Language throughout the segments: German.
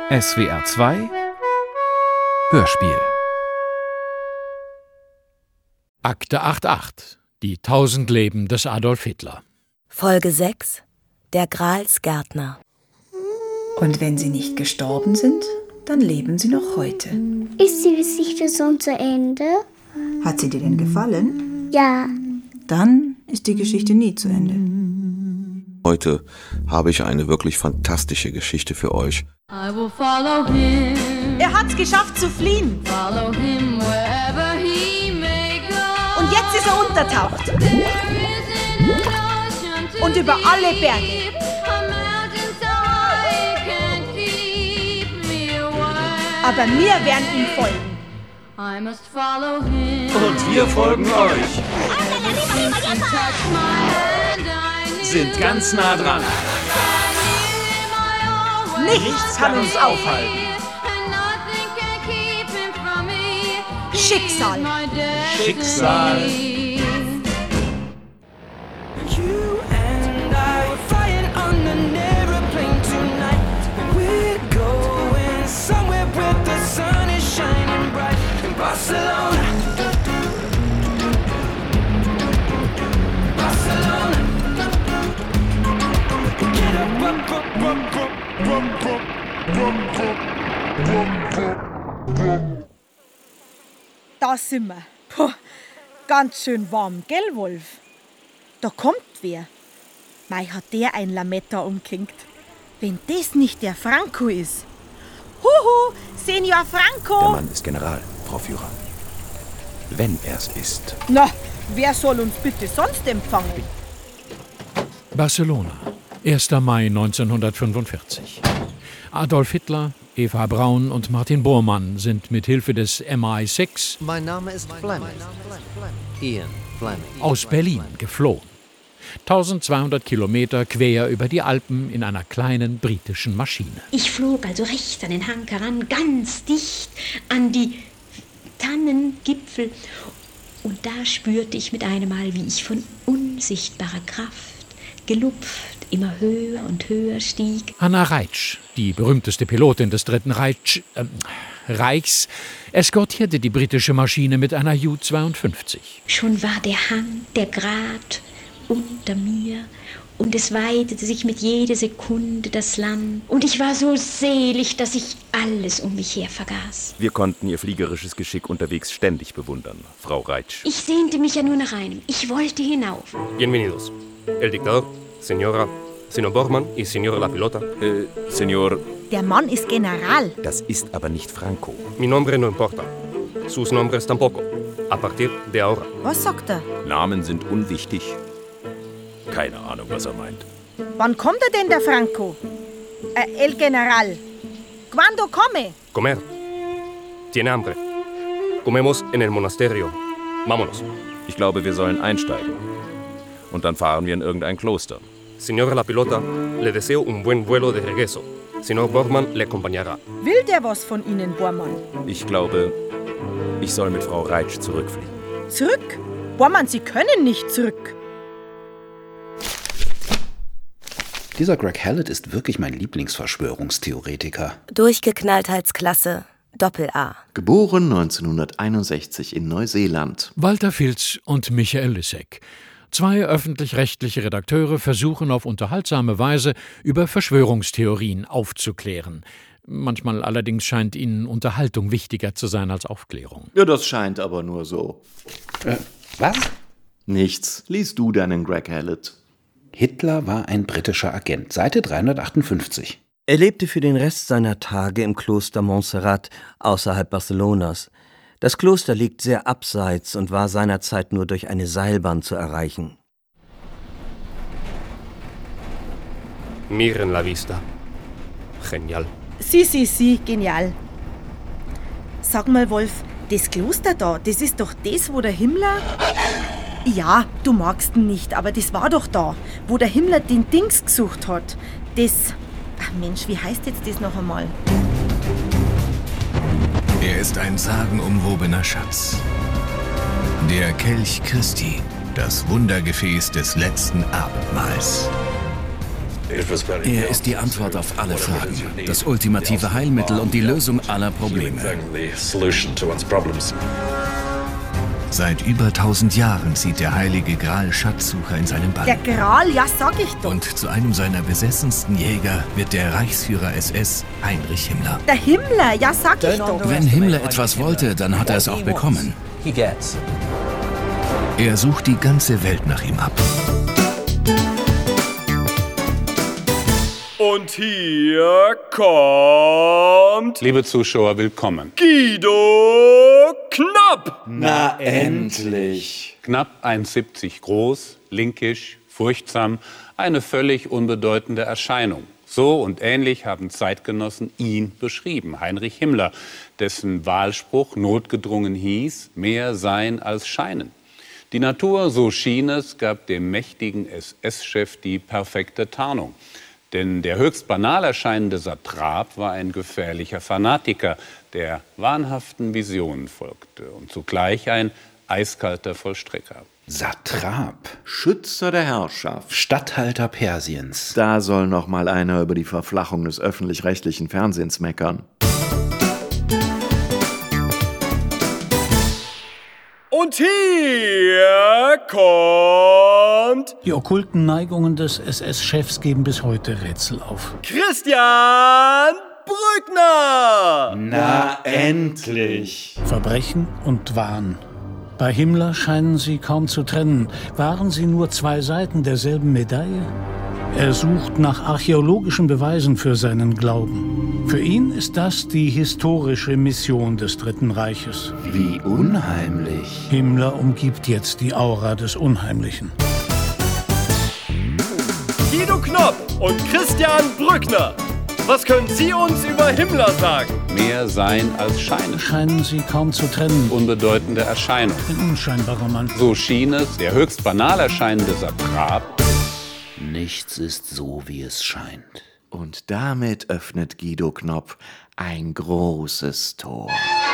SWR 2 Hörspiel Akte 88 Die 1000 Leben des Adolf Hitler. Folge 6 Der Gralsgärtner. Und wenn sie nicht gestorben sind, dann leben sie noch heute. Ist die Geschichte schon zu Ende? Hat sie dir denn gefallen? Ja. Dann ist die Geschichte nie zu Ende. Heute habe ich eine wirklich fantastische Geschichte für euch. Er hat's geschafft zu fliehen. Und jetzt ist er untertaucht. Und über alle Berge. Aber wir werden ihm folgen. Und wir folgen euch. Sind ganz nah dran. Nichts kann uns aufhalten. Schicksal. Schicksal. Da sind wir. Puh, ganz schön warm, gell, Wolf? Da kommt wer. Mei, hat der ein Lametta umgehängt. Wenn das nicht der Franco ist. Huhu, Senior Franco! Der Mann ist General, Frau Führer. Wenn er's ist. Na, wer soll uns bitte sonst empfangen? Barcelona, 1. Mai 1945. Adolf Hitler, Eva Braun und Martin Bormann sind mit Hilfe des MI6 Mein Name ist Fleming. Ian Fleming. aus Berlin geflohen. 1200 Kilometer quer über die Alpen in einer kleinen britischen Maschine. Ich flog also rechts an den Hang heran, ganz dicht an die Tannengipfel. Und da spürte ich mit einem Mal, wie ich von unsichtbarer Kraft, gelupft, immer höher und höher stieg. Hanna Reitsch, die berühmteste Pilotin des Dritten Reichs, eskortierte die britische Maschine mit einer Ju-52. Schon war der Hang, der Grat unter mir, und es weitete sich mit jeder Sekunde das Land. Und ich war so selig, dass ich alles um mich her vergaß. Wir konnten Ihr fliegerisches Geschick unterwegs ständig bewundern, Frau Reitsch. Ich sehnte mich ja nur nach einem. Ich wollte hinauf. Bienvenidos. El dictador, señora Bormann y señor La Pilota. Senor... Der Mann ist General. Das ist aber nicht Franco. Mi nombre no importa. Sus nombres tampoco. A partir de ahora. Was sagt er? Namen sind unwichtig. Keine Ahnung, was er meint. Wann kommt er denn, der Franco? El General. Cuando come? Comer. Tiene hambre. Comemos en el monasterio. Vámonos. Ich glaube, wir sollen einsteigen. Und dann fahren wir in irgendein Kloster. Señora La Pilota, le deseo un buen vuelo de regreso. Señor Bormann le acompañará. Will der was von Ihnen, Bormann? Ich glaube, ich soll mit Frau Reitsch zurückfliegen. Zurück? Bormann, Sie können nicht zurück. Dieser Greg Hallett ist wirklich mein Lieblingsverschwörungstheoretiker. Durchgeknalltheitsklasse Doppel-A. Geboren 1961 in Neuseeland. Walter Filz und Michael Lissek. 2 öffentlich-rechtliche Redakteure versuchen auf unterhaltsame Weise über Verschwörungstheorien aufzuklären. Manchmal allerdings scheint ihnen Unterhaltung wichtiger zu sein als Aufklärung. Ja, das scheint aber nur so. Was? Nichts. Lies du deinen Greg Hallett. Hitler war ein britischer Agent, Seite 358. Er lebte für den Rest seiner Tage im Kloster Montserrat außerhalb Barcelonas. Das Kloster liegt sehr abseits und war seinerzeit nur durch eine Seilbahn zu erreichen. Miren la vista. Genial. Si, genial. Sag mal, Wolf, das Kloster da, das ist doch das, wo der Himmler... Ja, du magst ihn nicht, aber das war doch da, wo der Himmler den Dings gesucht hat. Das... Ach Mensch, wie heißt jetzt das noch einmal? Er ist ein sagenumwobener Schatz. Der Kelch Christi, das Wundergefäß des letzten Abendmahls. Er ist die Antwort auf alle Fragen, das ultimative Heilmittel und die Lösung aller Probleme. Seit über 1000 Jahren zieht der heilige Gral Schatzsucher in seinem Bann. Der Gral, ja, sag ich doch. Und zu einem seiner besessensten Jäger wird der Reichsführer SS Heinrich Himmler. Der Himmler, ja, sag ich doch. Wenn Himmler etwas wollte, dann hat er es auch bekommen. Er sucht die ganze Welt nach ihm ab. Und hier kommt... Liebe Zuschauer, willkommen. Guido Knopp! Na endlich! Knapp 1,70 groß, linkisch, furchtsam, eine völlig unbedeutende Erscheinung. So und ähnlich haben Zeitgenossen ihn beschrieben, Heinrich Himmler, dessen Wahlspruch notgedrungen hieß, mehr sein als scheinen. Die Natur, so schien es, gab dem mächtigen SS-Chef die perfekte Tarnung. Denn der höchst banal erscheinende Satrap war ein gefährlicher Fanatiker, der wahnhaften Visionen folgte und zugleich ein eiskalter Vollstrecker. Satrap. Schützer der Herrschaft. Statthalter Persiens. Da soll noch mal einer über die Verflachung des öffentlich-rechtlichen Fernsehens meckern. Und hier kommt... Die okkulten Neigungen des SS-Chefs geben bis heute Rätsel auf. Christian Brückner! Na endlich! Verbrechen und Wahn. Bei Himmler scheinen sie kaum zu trennen. Waren sie nur zwei Seiten derselben Medaille? Er sucht nach archäologischen Beweisen für seinen Glauben. Für ihn ist das die historische Mission des Dritten Reiches. Wie unheimlich. Himmler umgibt jetzt die Aura des Unheimlichen. Guido Knopp und Christian Brückner. Was können Sie uns über Himmler sagen? Mehr sein als scheinen. Scheinen sie kaum zu trennen. Unbedeutende Erscheinung. Ein unscheinbarer Mann. So schien es, der höchst banal erscheinende Satrap. Nichts ist so, wie es scheint. Und damit öffnet Guido Knopp ein großes Tor.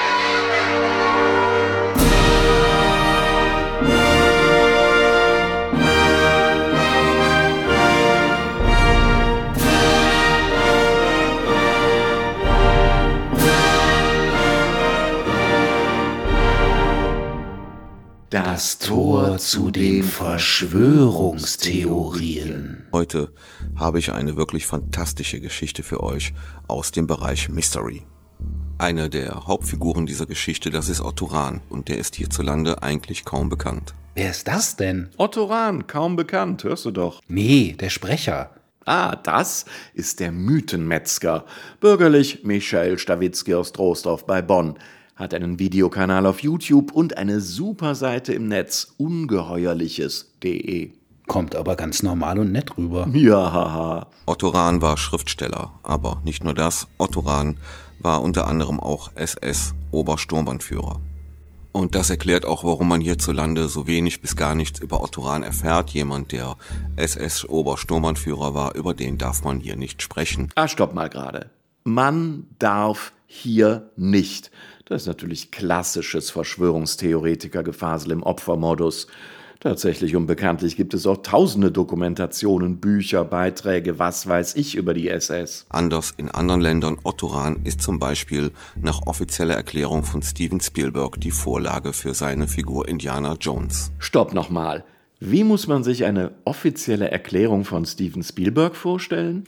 Das Tor zu den Verschwörungstheorien. Heute habe ich eine wirklich fantastische Geschichte für euch aus dem Bereich Mystery. Eine der Hauptfiguren dieser Geschichte, das ist Otto Rahn, und der ist hierzulande eigentlich kaum bekannt. Wer ist das denn? Otto Rahn, kaum bekannt, hörst du doch. Nee, der Sprecher. Ah, das ist der Mythenmetzger. Bürgerlich Michael Stawitzki aus Troisdorf bei Bonn. Hat einen Videokanal auf YouTube und eine super Seite im Netz, ungeheuerliches.de. Kommt aber ganz normal und nett rüber. Ja, haha. Otto Rahn war Schriftsteller, aber nicht nur das, Otto Rahn war unter anderem auch SS-Obersturmbannführer. Und das erklärt auch, warum man hierzulande so wenig bis gar nichts über Otto Rahn erfährt. Jemand, der SS-Obersturmbannführer war, über den darf man hier nicht sprechen. Ah, stopp mal gerade. Man darf hier nicht. Das ist natürlich klassisches Verschwörungstheoretiker-Gefasel im Opfermodus. Tatsächlich und bekanntlich gibt es auch tausende Dokumentationen, Bücher, Beiträge, was weiß ich über die SS. Anders in anderen Ländern. Otto Rahn ist zum Beispiel nach offizieller Erklärung von Steven Spielberg die Vorlage für seine Figur Indiana Jones. Stopp nochmal. Wie muss man sich eine offizielle Erklärung von Steven Spielberg vorstellen?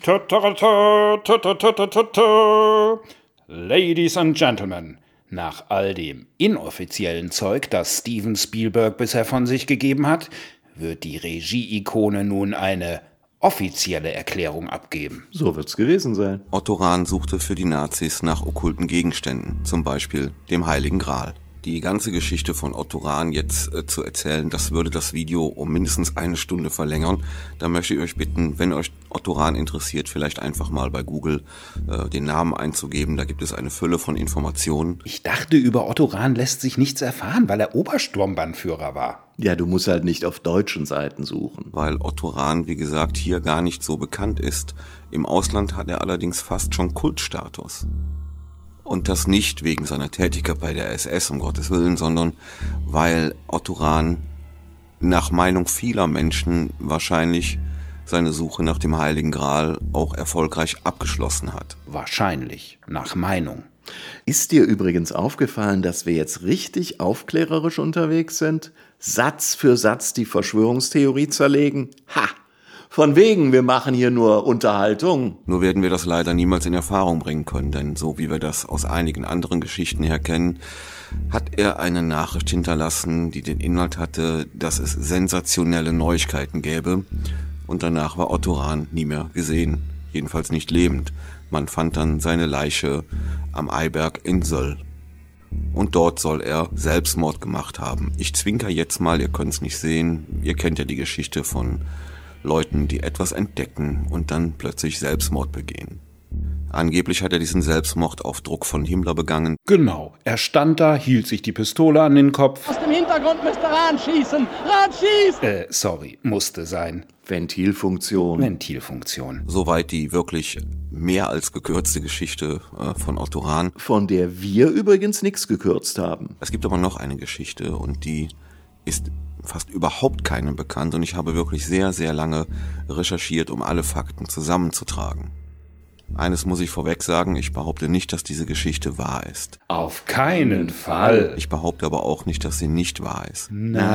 Ladies and Gentlemen, nach all dem inoffiziellen Zeug, das Steven Spielberg bisher von sich gegeben hat, wird die Regie-Ikone nun eine offizielle Erklärung abgeben. So wird's gewesen sein. Otto Rahn suchte für die Nazis nach okkulten Gegenständen, zum Beispiel dem Heiligen Gral. Die ganze Geschichte von Otto Rahn jetzt zu erzählen, das würde das Video um mindestens 1 Stunde verlängern. Da möchte ich euch bitten, wenn euch Otto Rahn interessiert, vielleicht einfach mal bei Google den Namen einzugeben. Da gibt es eine Fülle von Informationen. Ich dachte, über Otto Rahn lässt sich nichts erfahren, weil er Obersturmbannführer war. Ja, du musst halt nicht auf deutschen Seiten suchen. Weil Otto Rahn, wie gesagt, hier gar nicht so bekannt ist. Im Ausland hat er allerdings fast schon Kultstatus. Und das nicht wegen seiner Tätigkeit bei der SS, um Gottes Willen, sondern weil Otto Rahn nach Meinung vieler Menschen wahrscheinlich seine Suche nach dem Heiligen Gral auch erfolgreich abgeschlossen hat. Wahrscheinlich, nach Meinung. Ist dir übrigens aufgefallen, dass wir jetzt richtig aufklärerisch unterwegs sind? Satz für Satz die Verschwörungstheorie zerlegen? Ha! Von wegen, wir machen hier nur Unterhaltung. Nur werden wir das leider niemals in Erfahrung bringen können, denn so wie wir das aus einigen anderen Geschichten her kennen, hat er eine Nachricht hinterlassen, die den Inhalt hatte, dass es sensationelle Neuigkeiten gäbe. Und danach war Otto Rahn nie mehr gesehen, jedenfalls nicht lebend. Man fand dann seine Leiche am Eiberg in Söll. Und dort soll er Selbstmord gemacht haben. Ich zwinker jetzt mal, ihr könnt es nicht sehen. Ihr kennt ja die Geschichte von Leuten, die etwas entdecken und dann plötzlich Selbstmord begehen. Angeblich hat er diesen Selbstmord auf Druck von Himmler begangen. Genau, er stand da, hielt sich die Pistole an den Kopf. Aus dem Hintergrund müsste Rahn schießen! Rahn schießt! Sorry, musste sein. Ventilfunktion. Soweit die wirklich mehr als gekürzte Geschichte von Otto Rahn. Von der wir übrigens nichts gekürzt haben. Es gibt aber noch eine Geschichte und die ist fast überhaupt keinem bekannt und ich habe wirklich sehr, sehr lange recherchiert, um alle Fakten zusammenzutragen. Eines muss ich vorweg sagen, ich behaupte nicht, dass diese Geschichte wahr ist. Auf keinen Fall. Ich behaupte aber auch nicht, dass sie nicht wahr ist.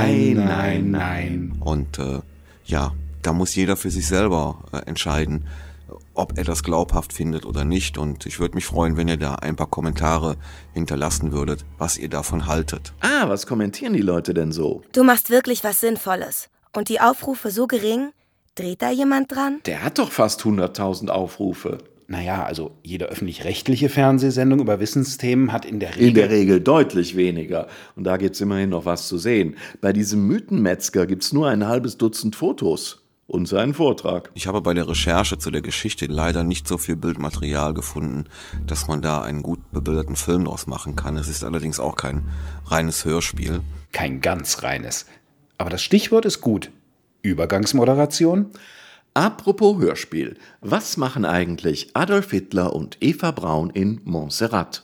Nein. Und ja, da muss jeder für sich selber entscheiden, ob er das glaubhaft findet oder nicht. Und ich würde mich freuen, wenn ihr da ein paar Kommentare hinterlassen würdet, was ihr davon haltet. Ah, was kommentieren die Leute denn so? Du machst wirklich was Sinnvolles. Und die Aufrufe so gering? Dreht da jemand dran? Der hat doch fast 100.000 Aufrufe. Naja, also jede öffentlich-rechtliche Fernsehsendung über Wissensthemen hat in der Regel deutlich weniger. Und da gibt's immerhin noch was zu sehen. Bei diesem Mythenmetzger gibt's nur ein halbes Dutzend Fotos. Und seinen Vortrag. Ich habe bei der Recherche zu der Geschichte leider nicht so viel Bildmaterial gefunden, dass man da einen gut bebilderten Film draus machen kann. Es ist allerdings auch kein reines Hörspiel. Kein ganz reines. Aber das Stichwort ist gut. Übergangsmoderation? Apropos Hörspiel. Was machen eigentlich Adolf Hitler und Eva Braun in Montserrat?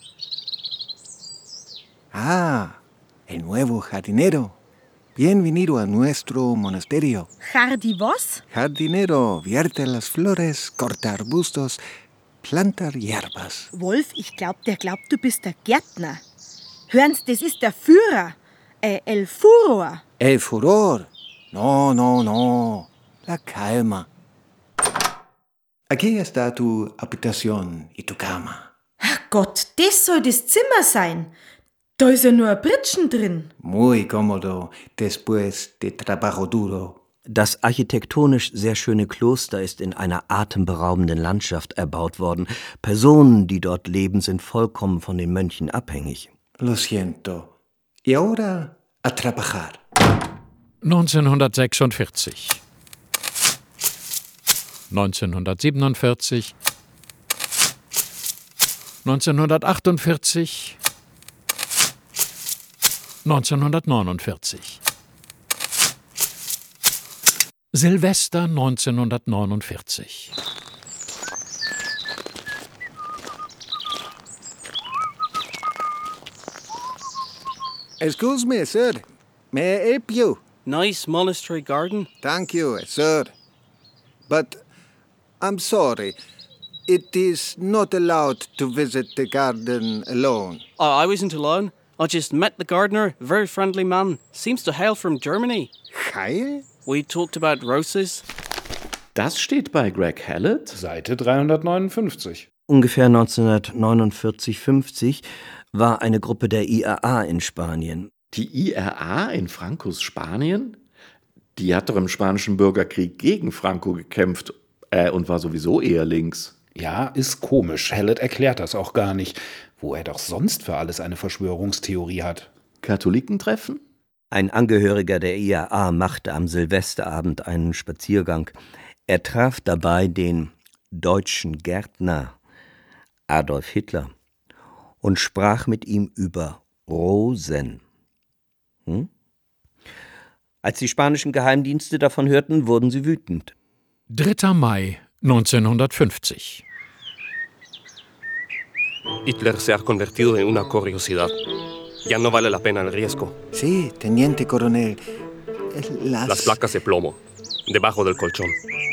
Ah, el nuevo jardinero. Bienvenido a nuestro monasterio. Jardi was? Jardinero, vierte las flores, corta arbustos, planta hierbas. Wolf, ich glaub, der glaubt, du bist der Gärtner. Hören's, das ist der Führer. El Furor. El Furor. No. La calma. Aquí está tu habitación y tu cama. Herrgott, das soll das Zimmer sein. Da ist ja nur ein Pritschen drin. Muy cómodo después de trabajo duro. Das architektonisch sehr schöne Kloster ist in einer atemberaubenden Landschaft erbaut worden. Personen, die dort leben, sind vollkommen von den Mönchen abhängig. Lo siento. Y ahora a trabajar. 1946. 1947. 1948. 1949. Silvester 1949. Excuse me, sir. May I help you? Nice monastery garden. Thank you, sir. But I'm sorry. It is not allowed to visit the garden alone. I wasn't alone. I just met the gardener, a very friendly man. Seems to hail from Germany. Heil? We talked about roses. Das steht bei Greg Hallett? Seite 359. Ungefähr 1949-50 war eine Gruppe der IRA in Spanien. Die IRA in Francos Spanien? Die hat doch im Spanischen Bürgerkrieg gegen Franco gekämpft und war sowieso eher links. Ja, ist komisch. Hallett erklärt das auch gar nicht, wo er doch sonst für alles eine Verschwörungstheorie hat. Katholikentreffen? Ein Angehöriger der IAA machte am Silvesterabend einen Spaziergang. Er traf dabei den deutschen Gärtner Adolf Hitler und sprach mit ihm über Rosen. Als die spanischen Geheimdienste davon hörten, wurden sie wütend. 3. Mai 1950. Hitler se ha convertido en una curiosidad. Ya no vale la pena el riesgo. Sí, teniente coronel. Las placas de plomo. debajo del colchón.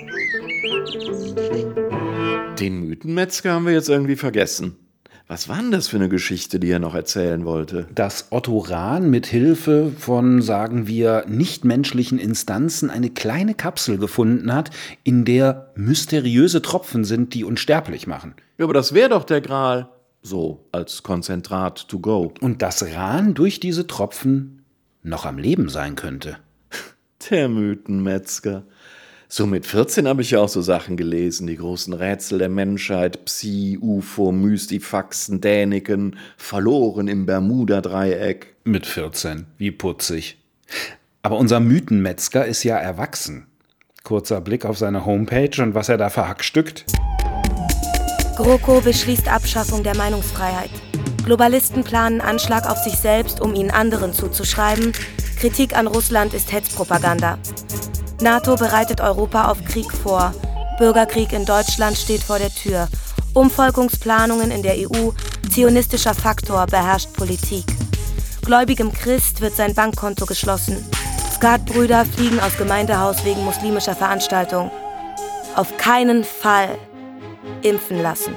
Den Mythenmetzger haben wir jetzt irgendwie vergessen. Was war denn das für eine Geschichte, die er noch erzählen wollte? Dass Otto Rahn mit Hilfe von, sagen wir, nichtmenschlichen Instanzen eine kleine Kapsel gefunden hat, in der mysteriöse Tropfen sind, die unsterblich machen. Ja, aber das wäre doch der Gral. So, als Konzentrat to go. Und dass Rahn durch diese Tropfen noch am Leben sein könnte. Der Mythenmetzger. So mit 14 habe ich ja auch so Sachen gelesen. Die großen Rätsel der Menschheit, Psi, UFO, Mystifaxen, Däniken, verloren im Bermuda-Dreieck. Mit 14, wie putzig. Aber unser Mythenmetzger ist ja erwachsen. Kurzer Blick auf seine Homepage und was er da verhackstückt. GroKo beschließt Abschaffung der Meinungsfreiheit. Globalisten planen Anschlag auf sich selbst, um ihn anderen zuzuschreiben. Kritik an Russland ist Hetzpropaganda. NATO bereitet Europa auf Krieg vor. Bürgerkrieg in Deutschland steht vor der Tür. Umvolkungsplanungen in der EU. Zionistischer Faktor beherrscht Politik. Gläubigem Christ wird sein Bankkonto geschlossen. Skatbrüder fliegen aus Gemeindehaus wegen muslimischer Veranstaltung. Auf keinen Fall impfen lassen.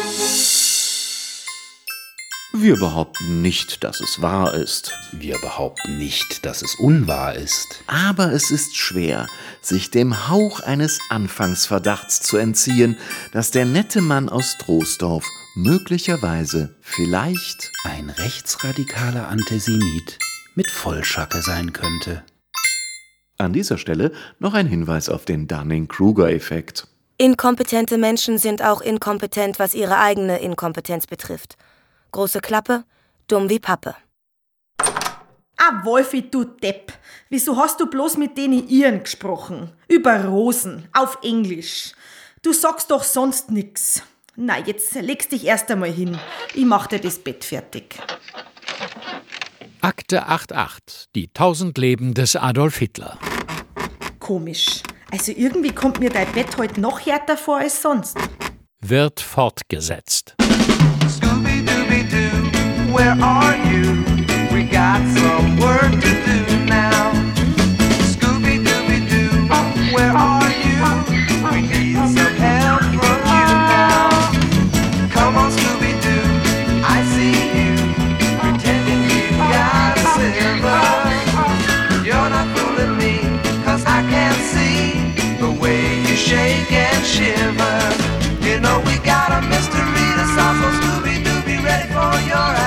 Wir behaupten nicht, dass es wahr ist. Wir behaupten nicht, dass es unwahr ist. Aber es ist schwer, sich dem Hauch eines Anfangsverdachts zu entziehen, dass der nette Mann aus Troisdorf möglicherweise vielleicht ein rechtsradikaler Antisemit mit Vollschacke sein könnte. An dieser Stelle noch ein Hinweis auf den Dunning-Kruger-Effekt. Inkompetente Menschen sind auch inkompetent, was ihre eigene Inkompetenz betrifft. Große Klappe, dumm wie Pappe. Ah, Wolfi, du Depp. Wieso hast du bloß mit denen Iren gesprochen? Über Rosen, auf Englisch. Du sagst doch sonst nix. Na, jetzt legst dich erst einmal hin. Ich mach dir das Bett fertig. Akte 88. Die 1000 Leben des Adolf Hitler. Komisch. Also irgendwie kommt mir dein Bett heute noch härter vor als sonst. Wird fortgesetzt. Where are you? We got some work to do now. Scooby-Dooby-Doo, where are you? We need some help from you now. Come on, Scooby-Doo, I see you, pretending you got a silver. You're not fooling me, 'cause I can see the way you shake and shiver. You know we got a mystery to solve, so Scooby-Doo, be ready for your